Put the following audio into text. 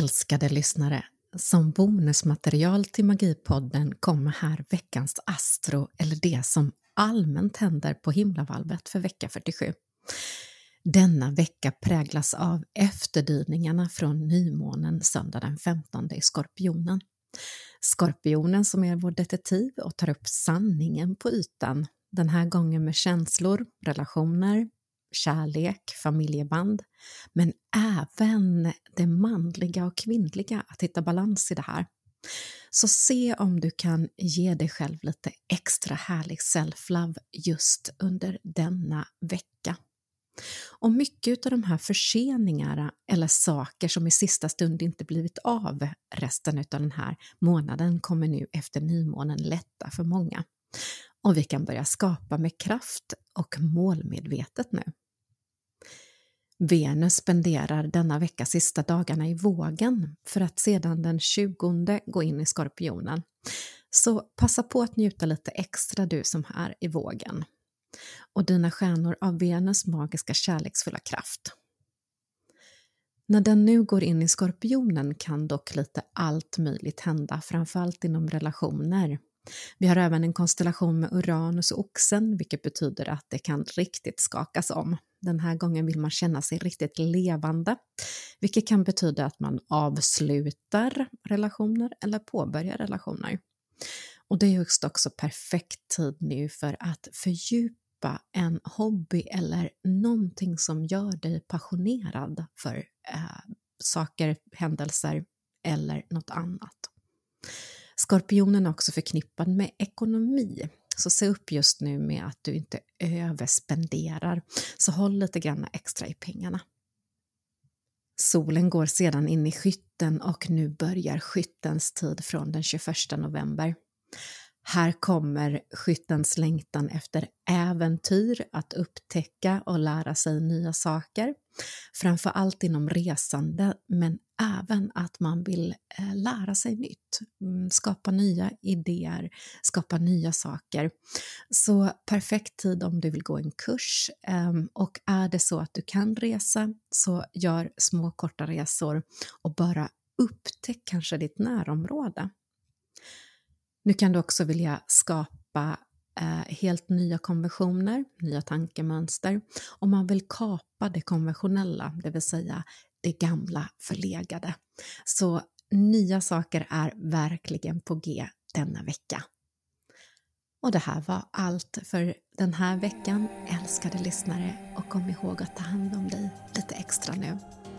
Älskade lyssnare, som bonusmaterial till Magipodden kommer här veckans astro eller det som allmänt händer på himlavalvet för vecka 47. Denna vecka präglas av efterdyningarna från nymånen söndag den 15 i Skorpionen. Skorpionen som är vår detektiv och tar upp sanningen på ytan, den här gången med känslor, relationer, kärlek, familjeband, men även det manliga och kvinnliga, att hitta balans i det här. Så se om du kan ge dig själv lite extra härlig self-love just under denna vecka. Och mycket av de här förseningarna eller saker som i sista stund inte blivit av resten av den här månaden kommer nu efter nymånen lätta för många. Och vi kan börja skapa med kraft och målmedvetet nu. Venus spenderar denna vecka sista dagarna i vågen för att sedan den 20 gå in i Skorpionen. Så passa på att njuta lite extra du som är i vågen. Och dina stjärnor av Venus magiska kärleksfulla kraft. När den nu går in i Skorpionen kan dock lite allt möjligt hända, framförallt inom relationer. Vi har även en konstellation med Uranus och Oxen, vilket betyder att det kan riktigt skakas om. Den här gången vill man känna sig riktigt levande, vilket kan betyda att man avslutar relationer eller påbörjar relationer. Och det är just också perfekt tid nu för att fördjupa en hobby eller någonting som gör dig passionerad för saker, händelser eller något annat. Skorpionen är också förknippad med ekonomi, så se upp just nu med att du inte överspenderar, så håll lite grann extra i pengarna. Solen går sedan in i Skytten och nu börjar Skyttens tid från den 21 november. Här kommer Skyttens längtan efter äventyr, att upptäcka och lära sig nya saker. Framför allt inom resande, men även att man vill lära sig nytt. Skapa nya idéer, skapa nya saker. Så perfekt tid om du vill gå en kurs. Och är det så att du kan resa, så gör små korta resor och bara upptäck kanske ditt närområde. Nu kan du också vilja skapa helt nya konventioner, nya tankemönster. Om man vill kapa det konventionella, det vill säga det gamla förlegade. Så nya saker är verkligen på G denna vecka. Och det här var allt för den här veckan, älskade lyssnare. Och kom ihåg att ta hand om dig lite extra nu.